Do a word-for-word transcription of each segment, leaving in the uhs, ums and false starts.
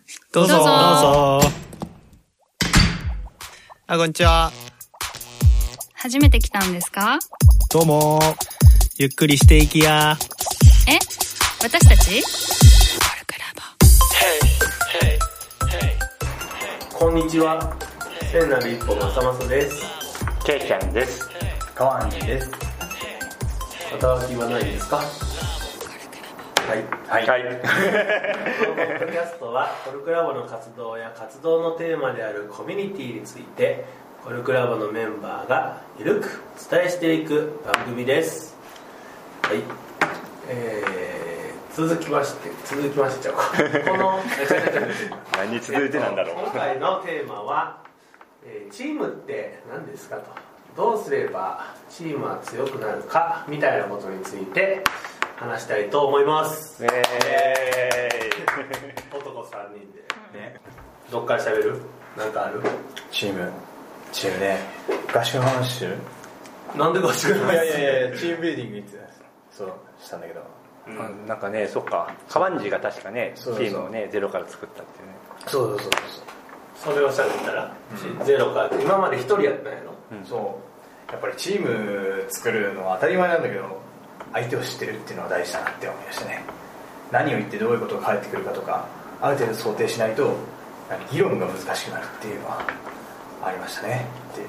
どうぞどうぞ。あ、こんにちは。 初めて来たんですか？ どうも。ゆっくりしていきや。 え？私たち？ こんにちは。聖なる一歩まさまさです。 けいちゃんです。 かわんじです。 働きはないですか？はいはい、はい、 このポッドキャストはコルクラボの活動や活動のテーマであるコミュニティについてコルクラボのメンバーがゆるくお伝えしていく番組です。はい、えー、続きまして続きましてじゃあこの何続いてなんだろう。 今回のテーマは、えー、チームって何ですかと、どうすればチームは強くなるかみたいなことについて話したいと思います。 えー、男さんにんで、ね、どっから喋る？なんかある？ チームチームね、合宿の話してる？ なんで合宿の話？ いやいやいや、チームビルディングってそうしたんだけど、 うん、なんかね、そっか、カワンジが確かね、 そうそうチームをねゼロから作ったっていうね。 そうそうそうそう。それを喋ったら、うん、ゼロから今まで一人やったんやろ、 うん、そうやっぱりチーム作るのは当たり前なんだけど、相手を知ってるっていうのは大事だなって思いましたね。何を言ってどういうことが返ってくるかとか、ある程度想定しないと議論が難しくなるっていうのはありましたねっていう、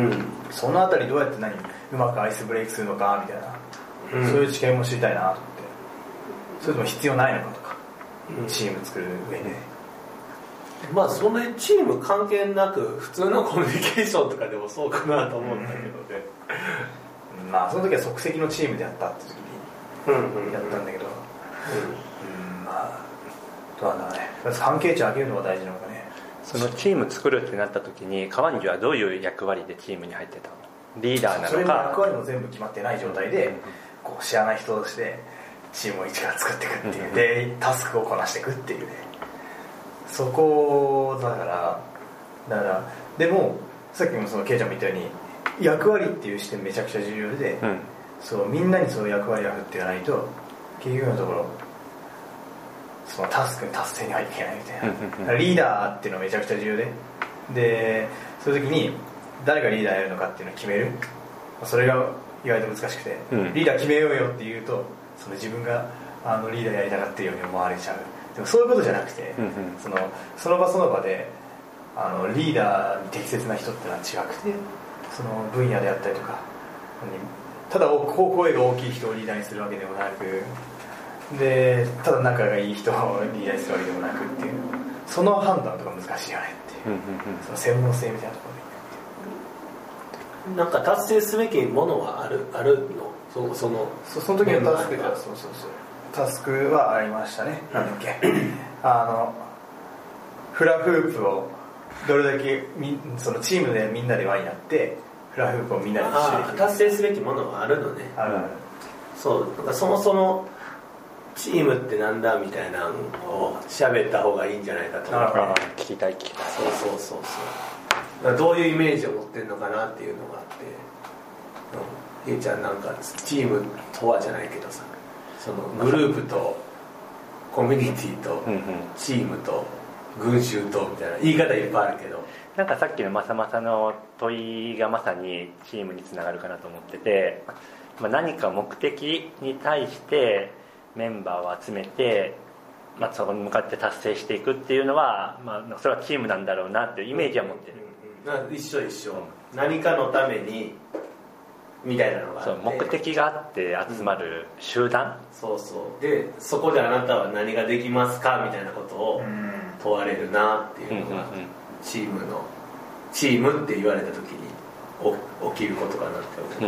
うん、そのあたりどうやって何うまくアイスブレイクするのかみたいな、うん、そういう知見も知りたいなと思って。それとも必要ないのかとか、うん、チーム作る上で、 まあそのチーム関係なく普通のコミュニケーションとかでもそうかなと思うんだけどね、 うん、まあその時は即席のチームでやったって時にやったんだけど、うんうん、まあどうなんだろうね、まず関係値を上げるのが大事なのかね。 そのチーム作るってなった時にカワンジはどういう役割でチームに入ってたの？リーダーなのか？ それの役割も全部決まってない状態で、こう知らない人としてチームを一から作っていくっていう、うん、でタスクをこなしていくっていうね、そこだからだからでもさっきもそのケイちゃんも言ったように役割っていう視点めちゃくちゃ重要で、うん、そうみんなにその役割を振っていかないと結局のところそのタスク達成に入っていけないみたいな、リーダーっていうのはめちゃくちゃ重要で、でそういう時に誰がリーダーやるのかっていうのを決める、それが意外と難しくて、うん、リーダー決めようよって言うとその自分があのリーダーやりたがってるように思われちゃう。でもそういうことじゃなくて、うんうん、そのその場その場であのリーダーに適切な人ってのは違くて、その分野であったりとか、ただ声が大きい人をリーダーにするわけでもなく、でただ仲がいい人をリーダーにするわけでもなくっていう、その判断とか難しいよねっていう、うんうんうん、その専門性みたいなところでなんか達成すべきものはあるあるの？そ, そのそ, その時のタスクがそうそうそうタスクはありましたね。なんだっけあのフラフープをどれだけみそのチームでみんなで輪になってフラフープをみんなで一緒に達成すべきものはあるのね。 あるある。 そうなんかそもそもチームってなんだみたいなのを喋った方がいいんじゃないかと思って。 聞きたい聞きたい。 そうそうそうそう。どういうイメージを持ってるのかなっていうのがあって、うん、ゆうちゃんなんかチームとはじゃないけどさ、そのグループとコミュニティとチームと群衆とみたいな言い方いっぱいあるけど、 なんかさっきのまさまさの問いがまさにチームにつながるかなと思ってて、まあ、何か目的に対してメンバーを集めて、まあ、そこに向かって達成していくっていうのは、まあ、それはチームなんだろうなっていうイメージは持ってる、 うんうんうん、一緒一緒、うん、何かのためにみたいなのがあって、 そう目的があって集まる集団、うん、 そうそうでそこであなたは何ができますかみたいなことを問われるなっていうのが、うんうんうん、チームのチームって言われた時に起きることかなって思って、うんうん、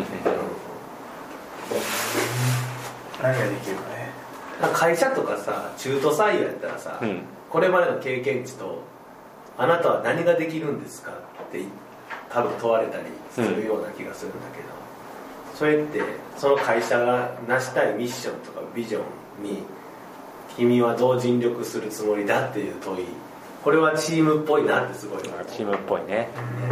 何ができるかね。 会社とかさ中途採用やったらさ、うん、これまでの経験値とあなたは何ができるんですかって多分問われたりするような気がするんだけど、うん、それってその会社が成したいミッションとかビジョンに君はどう尽力するつもりだっていう問い、これはチームっぽいなってすごいチームっぽいね。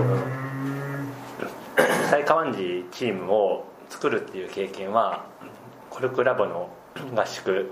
実際カワンジチームを作るっていう経験はコルクラボの合宿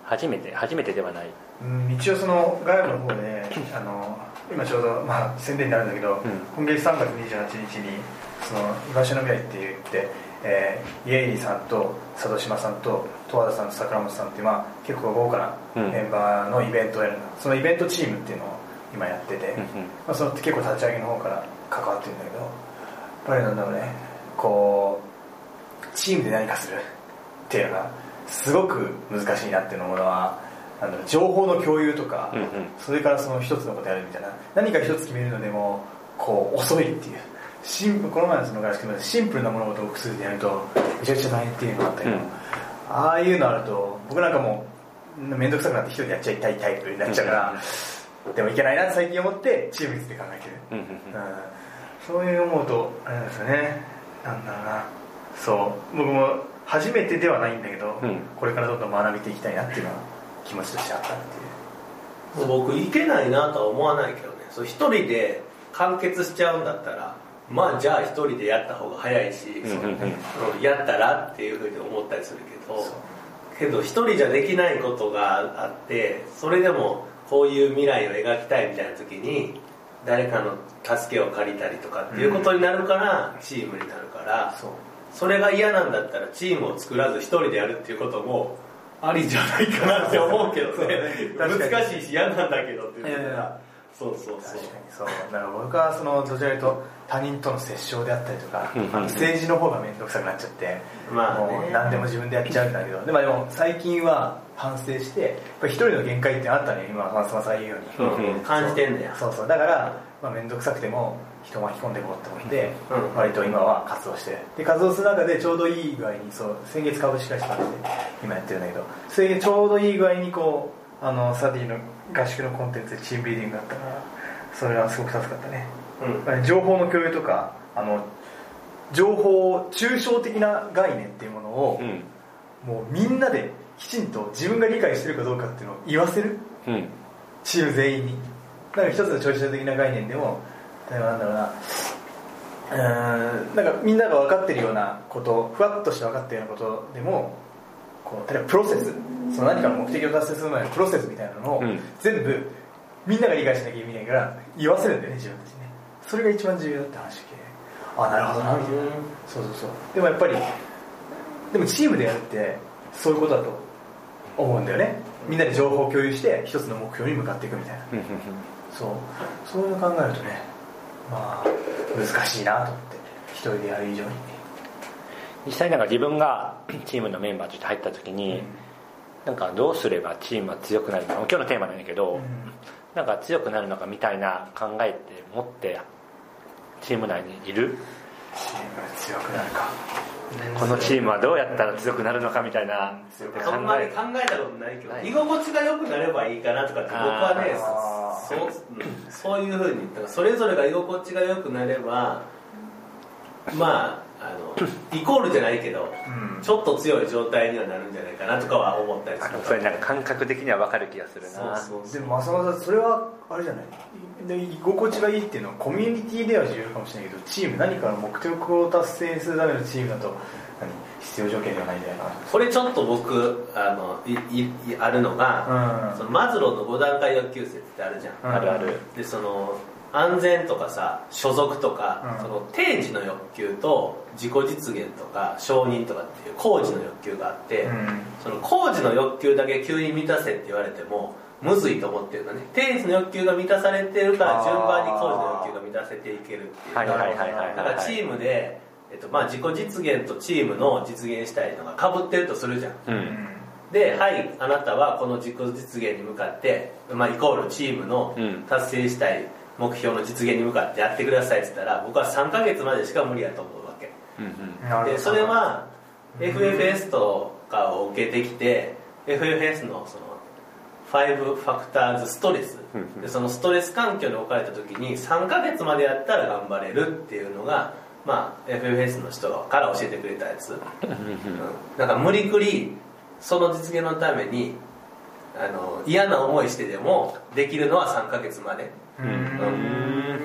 初めて初めてではない。 うん、一応その外部の方であの今ちょうど、まあ、宣伝になるんだけど、うん、今月さんがつにじゅうはちにちにその居場所の未来って言って、えー、イエイリさんと佐渡島さんと十和田さんと桜本さんっていう、まあ、結構豪華なメンバーのイベントをやるの、うん、そのイベントチームっていうのを今やってて、うんうん、まあ、その結構立ち上げの方から関わってるんだけど、やっぱりなんだろうね、こうチームで何かするっていうのがすごく難しいなっていうのは、なんだろう、情報の共有とか、うんうん、それからその一つのことやるみたいな、何か一つ決めるのでもこう遅いっていう、シンプル、この前のその合宿でシンプルな物事を複数でやるとめちゃくちゃ大変っていうのがあったけど、うん、ああいうのあると僕なんかもう面倒くさくなって一人でやっちゃいたいタイプになっちゃうから、うん、でもいけないなって最近思ってチームについて考えてる、うんうんうん、そういう思うとあれなんですよね、なんだろうな、そう僕も初めてではないんだけど、うん、これからどんどん学びていきたいなっていうのは気持ちとしてあったっていう。 僕いけないなとは思わないけどね、そう一人で完結しちゃうんだったら、まあじゃあ一人でやった方が早いし、うんうんうん、やったらっていうふうに思ったりするけど、けど一人じゃできないことがあって、それでもこういう未来を描きたいみたいな時に誰かの助けを借りたりとかっていうことになるからチームになるから、うん、そう、それが嫌なんだったらチームを作らず一人でやるっていうこともありじゃないかなって思うけどね難しいし嫌なんだけどっていうのが、そうそうそう、確かにそう。だから僕はそのどちらかというと他人との折衝であったりとか、政治の方が面倒くさくなっちゃって、まあ、もう何でも自分でやっちゃうんだけど、でもでも最近は反省して、やっぱり一人の限界ってあったね、今松間さん言うように、 うんうん、感じてんねや。 そうそう、だからまあ面倒くさくても人を巻き込んでいこうって思って、うん、割と今は活動して、で活動する中でちょうどいい具合に、そう先月株式会社で今やってるんだけど、それでちょうどいい具合にこうあのサディの合宿のコンテンツでチームビルディングがあったから、それはすごく助かったね、うん、情報の共有とか、あの情報抽象的な概念っていうものを、うん、もうみんなできちんと自分が理解してるかどうかっていうのを言わせる、うん、チーム全員に。だから一つの抽象的な概念でも、例えばなんだろうな、うーん、なんかみんなが分かってるようなこと、ふわっとして分かってるようなことでも、こう例えばプロセス、その何かの目的を達成する前のプロセスみたいなのを、うん、全部みんなが理解しなきゃいけないから言わせるんだよね、自分たちね。それが一番重要だって話で、あ、なるほどなみたいな、そうそうそう。でもやっぱりでもチームでやるってそういうことだと思うんだよね。みんなで情報を共有して一つの目標に向かっていくみたいなそうそういうのを考えるとね、まあ難しいなと思って、一人でやる以上に。 実際なんか自分がチームのメンバーとして入った時に、うん、なんかどうすればチームは強くなるのか、今日のテーマなんだけど、うん、なんか強くなるのかみたいな考えって持ってチーム内にいる？ チームが強くなるか、 このチームはどうやったら強くなるのかみたいな、 あんまり考えたことないけど、居心地が良くなればいいかなとかって僕はね、そうそういうふうに、だからそれぞれが居心地が良くなれば、まああのイコールじゃないけど、うん、ちょっと強い状態にはなるんじゃないかなとかは思ったりする。 それなんか感覚的には分かる気がするな。 そうそうそう。でも浅間さん、それはあれじゃない、で居心地がいいっていうのはコミュニティでは重要かもしれないけど、チーム、何かの目的を達成するためのチームだと何必要条件ではないんじゃないかな。 これちょっと僕あのいいあるのが、うん、そのマズローのご段階欲求説ってあるじゃん、うん、 あるある。 でその安全とかさ、所属とか、うん、その定時の欲求と自己実現とか承認とかっていう工事の欲求があって、うん、その工事の欲求だけ急に満たせって言われてもむずいと思ってるのね。定時の欲求が満たされてるから順番に工事の欲求が満たせていけるっていう。だからチームで、えっとまあ、自己実現とチームの実現したいのが被ってるとするじゃん、うん、で、はい、あなたはこの自己実現に向かって、まあ、イコールチームの達成したい目標の実現に向かってやってくださいって言ったら、僕はさんかげつまでしか無理やと思うわけ、うんうん、でそれは エフエフエス とかを受けてきて、うん、エフエフエス のそのファイブファクターズストレス、うんうん、でそのストレス環境に置かれた時にさんかげつまでやったら頑張れるっていうのが、まあ、エフエフエス の人から教えてくれたやつ、うん、だから無理くりその実現のためにあの嫌な思いしてでもできるのはさんかげつまで、うんうん、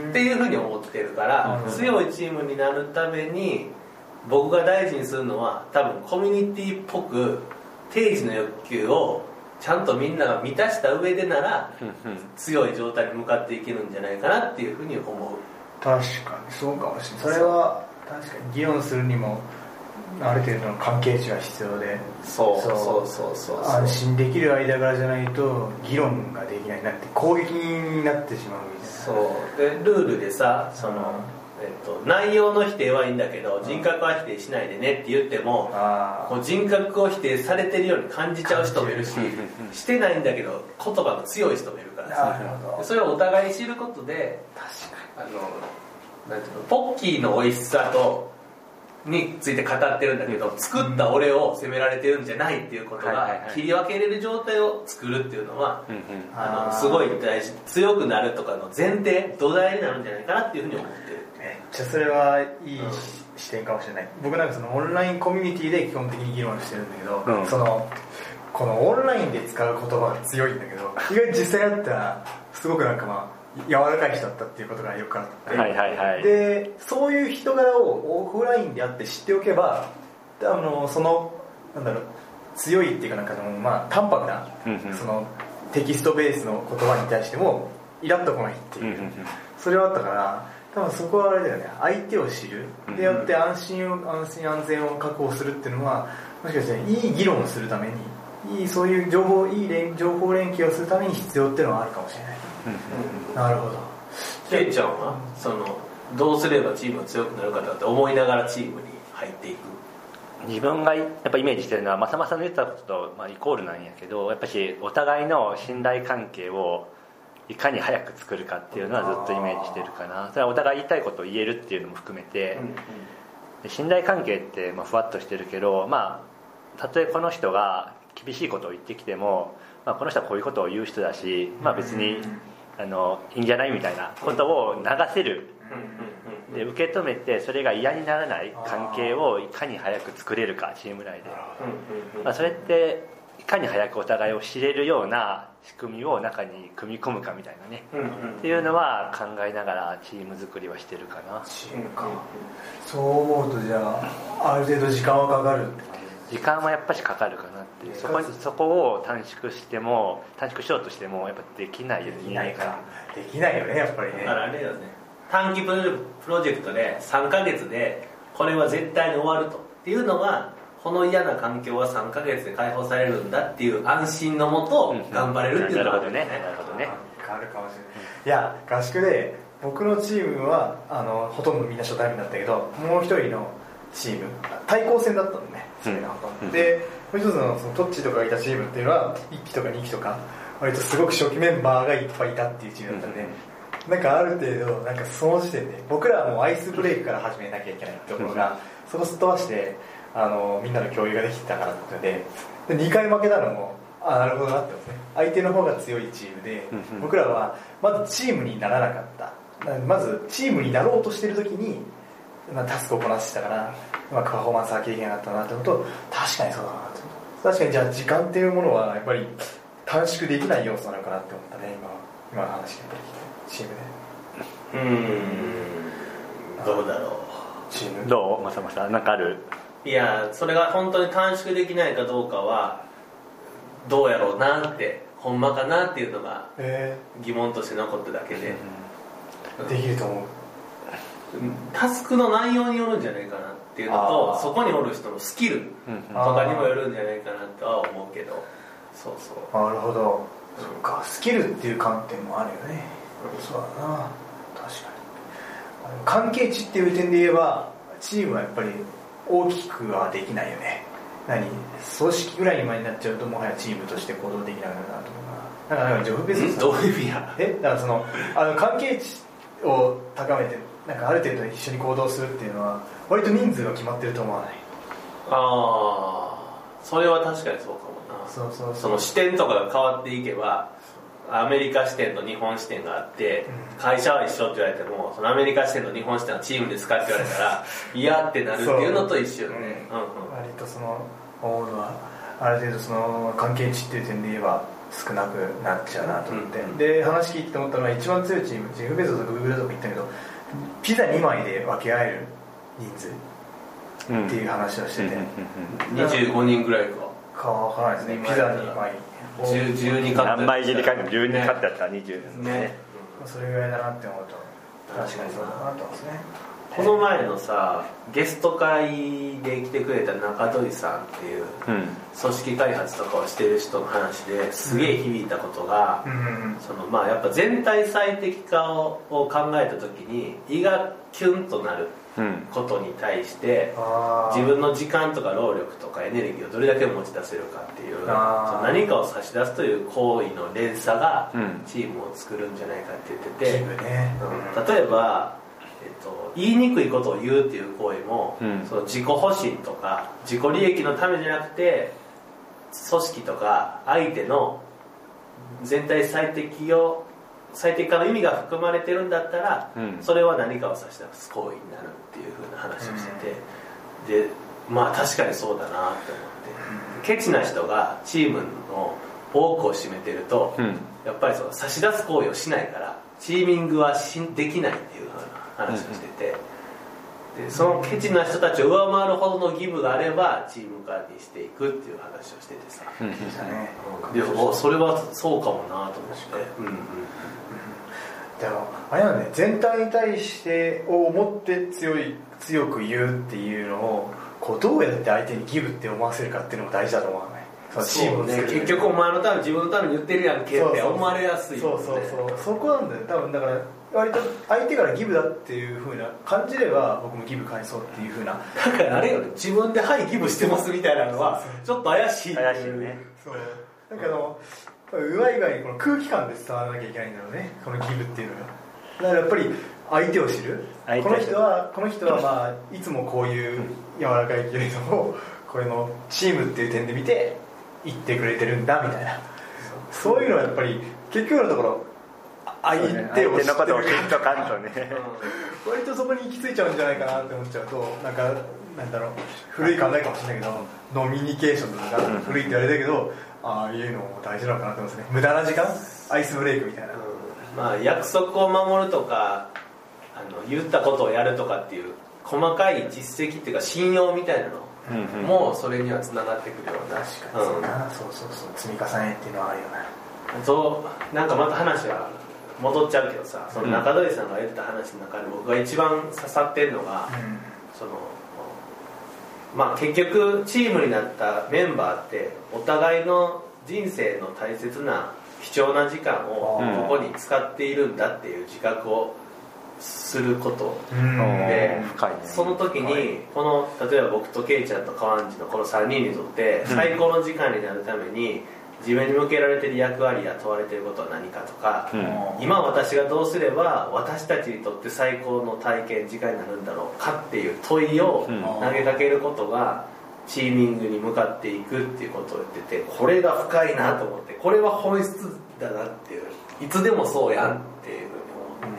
っていうふうに思ってるから、うん、強いチームになるために僕が大事にするのは多分コミュニティっぽく定時の欲求をちゃんとみんなが満たした上でなら強い状態に向かっていけるんじゃないかなっていうふうに思う。 確かにそうかもしれない。それは確かに議論するにもある程度の関係値が必要で、 そうそうそうそう安心できる間柄じゃないと議論ができないなって攻撃になってしまうみたいな。 そうでルールでさその、えっと、内容の否定はいいんだけど人格は否定しないでねって言っても、こう人格を否定されてるように感じちゃう人もいるししてないんだけど言葉が強い人もいるからさ、それをお互い知ることであのなんていうのポッキーの美味しさとについて語ってるんだけど、作った俺を責められてるんじゃないっていうことが切り分けれる状態を作るっていうのは、あのすごい大事、強くなるとかの前提土台になるんじゃないかなっていうふうに思ってる。 めっちゃそれはいい、うん、視点かもしれない。僕なんかそのオンラインコミュニティで基本的に議論してるんだけど、うん、そのこのオンラインで使う言葉が強いんだけど意外に実際だったらすごくなんかまあ柔らかい人だったっていうことがよくあって、 はいはいはい、 でそういう人柄をオフラインであって知っておけばあのそのなんだろう強いっていうかなんかの、まあ、淡白な、うんうん、そのテキストベースの言葉に対してもイラッとこないっていう、うんうん、それはあったから多分そこはあれだよね、相手を知るでやって安心を安心安全を確保するっていうのはもしかしていい議論をするためにいいそういう情報いい連情報連携をするために必要っていうのはあるかもしれない。うん、なるほど。 ケイちゃんはそのどうすればチームが強くなるかって思いながらチームに入っていく。 自分がやっぱイメージしてるのはまさまさの言ったことと、まあ、イコールなんやけどやっぱしお互いの信頼関係をいかに早く作るかっていうのはずっとイメージしてるかな。それはお互い言いたいことを言えるっていうのも含めて、うんうん、で信頼関係ってまあふわっとしてるけど、まあ、たとえこの人が厳しいことを言ってきても、まあ、この人はこういうことを言う人だし、まあ、別にあのいいんじゃないみたいなことを流せるで受け止めてそれが嫌にならない関係をいかに早く作れるかチーム内で、まあ、それっていかに早くお互いを知れるような仕組みを中に組み込むかみたいなね、っていうのは考えながらチーム作りはしてるかな。 チームか。そう思うとじゃあある程度時間はかかる。 時間はやっぱしかかるかなっていう。そこそこを短縮しても短縮しようとしてもやっぱできないよね。 できないか。できないよねやっぱりね。 だからあれよね。短期プロジェクトでさんかげつでこれは絶対に終わるとっていうのがこの嫌な環境はさんかげつで解放されるんだっていう安心のもと頑張れるっていうのがあるよね。 なるほどね。 あるかもしれない。いや合宿で僕のチームはあのほとんどみんな初対面だったけどもう一人のチーム対抗戦だったのね。それがほとんどでもう一つ の, そのトッチとかがいたチームっていうのはいっきとかにきとか割とすごく初期メンバーがいっぱいいたっていうチームだったんで、なんかある程度なんかその時点で僕らはもうアイスブレイクから始めなきゃいけないってところがそこすっ飛ばしてあのみんなの共有ができてたからってことで、でにかい負けたのもあなるほどなってますね。相手の方が強いチームで僕らはまずチームにならなかった。まずチームになろうとしてる時にタスクをこなしてたからうまくパフォーマンス発揮できなかったなって思うと確かにそうだなって。確かにじゃあ時間っていうものはやっぱり短縮できない要素なのかなって思ったね。今今の話聞いてチームでうーんどうだろう。 チームどうまさまさなんかある。 いやそれが本当に短縮できないかどうかはどうやろうなってほんまかなっていうのが疑問として残っただけで、 えー、できると思う。 タスクの内容によるんじゃないかなっていうのとそこにおる人のスキルとかにもよるんじゃないかなとは思うけど。そうそうなるほど。そっかスキルっていう観点もあるよね、うん、そうだな。確かに関係値っていう点で言えばチームはやっぱり大きくはできないよね。何組織ぐらいに前になっちゃうともはやチームとして行動できなくなるなと思うな。だからジョブベースどういう意味や。 えだからそのあの関係値を高めてなんかある程度一緒に行動するっていうのは割と人数が決まってると思わない。 ああそれは確かにそうかもな。 そうそうそう。 その視点とかが変わっていけばアメリカ視点と日本視点があって、うん、会社は一緒って言われてもそのアメリカ視点と日本視点はチームで使って言われたら嫌ってなるっていうのと一緒よね、うんうんうん、 割とその思うのはある程度その関係値っていう点で言えば少なくなっちゃうなと思って、うんうん、で話聞いて思ったのは一番強いチームジェフ・ベゾスとかグーグルとか言ったけどピザにまいで分け合える人数っていう話をしてて、 うん、にじゅうごにんぐらいかかわからないですね。ピザにまいじゅう、じゅうにカット何枚切りかでもじゅうにカットやったらにじゅうですね。 ね、 それぐらいだなって思うと確かにそうだなと思うんですね。 この前のさゲスト会で来てくれた中鳥さんっていう、うん、組織開発とかをしてる人の話ですげえ響いたことが、うんうん、そのまあやっぱ全体最適化を考えた時に胃がキュンとなることに対して、うん、自分の時間とか労力とかエネルギーをどれだけ持ち出せるかっていう、その何かを差し出すという行為の連鎖がチームを作るんじゃないかって言ってて、 ねうん、例えばえっと、言いにくいことを言うっていう行為も、うん、その自己保身とか自己利益のためじゃなくて組織とか相手の全体最適を最適化の意味が含まれてるんだったら、うん、それは何かを指し出す行為になるっていう風な話をしてて、うん、でまあ確かにそうだなって思って、うん、ケチな人がチームの多くを占めてると、うん、やっぱりその差し出す行為をしないからチーミングはしできないっていう風な話をしてて、でそのケチな人たちを上回るほどのギブがあればチーム化にしていくっていう話をしててさ、うん、でもそれはそうかもなと思って、うんうん、 でもあれなんね、全体に対してを思って強い強く言うっていうのをこうどうやって相手にギブって思わせるかっていうのも大事だと思わない？ チームね、結局お前のため自分のために言ってるやんけって思われやすいよね。 そうそうそう、そこなんだよ多分。だから割と相手からギブだっていう風な感じれば僕もギブ返そうっていう風な、 だからあれよね、自分ではいギブしてますみたいなのはちょっと怪しい怪しいね。 そうだけどうまい具合にこの空気感で伝わらなきゃいけないんだろうね、このギブっていうのが。だからやっぱり相手を知る、この人はこの人はまあいつもこういう柔らかいけれどもこれのチームっていう点で見て言ってくれてるんだみたいな、そういうのはやっぱり結局のところ相手を知ってる相手のことを知っとかんとね割とそこに行き着いちゃうんじゃないかなって思っちゃうと、なんかなんだろう、古い考えかもしれないけどノミニケーションとか古いって言われたけど、ああいうのも大事なのかなと思いますね。無駄な時間、アイスブレイクみたいな、うん、 まあ約束を守るとかあの言ったことをやるとかっていう細かい実績っていうか信用みたいなのもうそれにはつながってくるような、 確かにそうな、うん、そうそうそう、積み重ねっていうのはあるよね。 そうなんかまた話は戻っちゃうけどさ、その中鳥さんが言ってた話の中で僕が一番刺さってるのが、うん、そのまあ結局チームになったメンバーってお互いの人生の大切な貴重な時間をここに使っているんだっていう自覚をすることで、その時にこの例えば僕とケイちゃんと川んじのこのさんにんにとって最高の時間になるために自分に向けられている役割や問われていることは何かとか、今私がどうすれば私たちにとって最高の体験時間になるんだろうかっていう問いを投げかけることがチーミングに向かっていくっていうことを言ってて、これが深いなと思って、これは本質だなっていう、いつでもそうやんっていうふうに思って、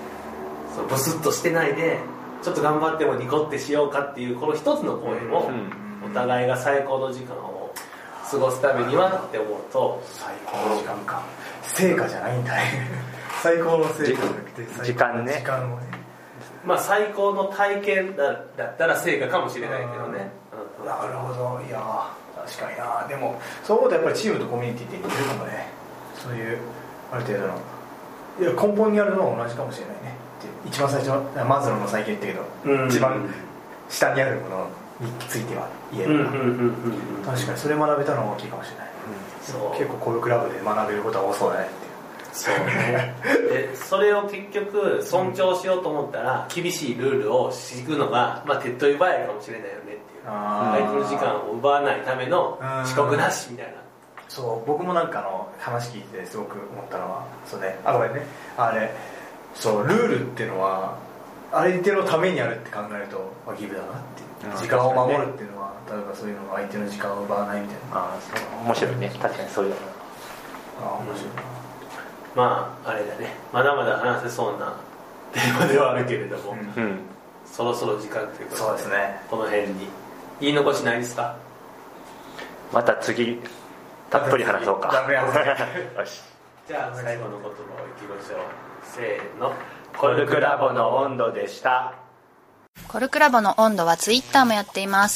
そうブスッとしてないでちょっと頑張ってもニコってしようかっていうこの一つの行為もお互いが最高の時間を過ごすためにはって思うと、 最高の時間か、成果じゃないんだね最高の成果じゃなくて時間ね、 時間をね、 まあ最高の体験 だ, だったら成果かもしれないけどね、 うん、なるほど。いや確かにな。でもそう思うとやっぱりチームとコミュニティって似てるかもね。そういうある程度のいや根本にあるのは同じかもしれないね。一番最初のマズローの最近言ったけど、うん、一番下にあるものについては言える、確かにそれ学べたのは大きいかもしれない、うん、そう結構こういうクラブで学べることは多そうだねっていう。 そうねでそれを結局尊重しようと思ったら厳しいルールを敷くのが、まあ、手っ取り早いかもしれないよねっていう、相手の時間を奪わないための遅刻なしみたいな。 そう僕もなんかの話聞いてすごく思ったのは、そうね、あごめんね、あれそうルールっていうのは相手のためにあるって考えると、まあ、ギブだなっていう、時間を守るっていうのは、例えばそういうのが相手の時間を奪わないみたいな。 ああそう面白いね、確かにそういうの。 ああ面白いな。 まああれだね、まだまだ話せそうなテーマではあるけれども、うん、そろそろ時間ということで、 そうですね、 この辺に言い残しないですか？ また次たっぷり話そうか。 よし、じゃあ最後の言葉をいきましょう。せーの、 コルクラボの温度でした。 コルクラボの温度はツイッターもやっています。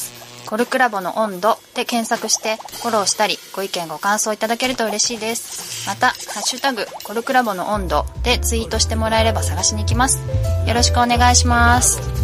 コルクラボの温度で検索してフォローしたり、ご意見ご感想いただけると嬉しいです。また、ハッシュタグコルクラボの温度でツイートしてもらえれば探しに行きます。よろしくお願いします。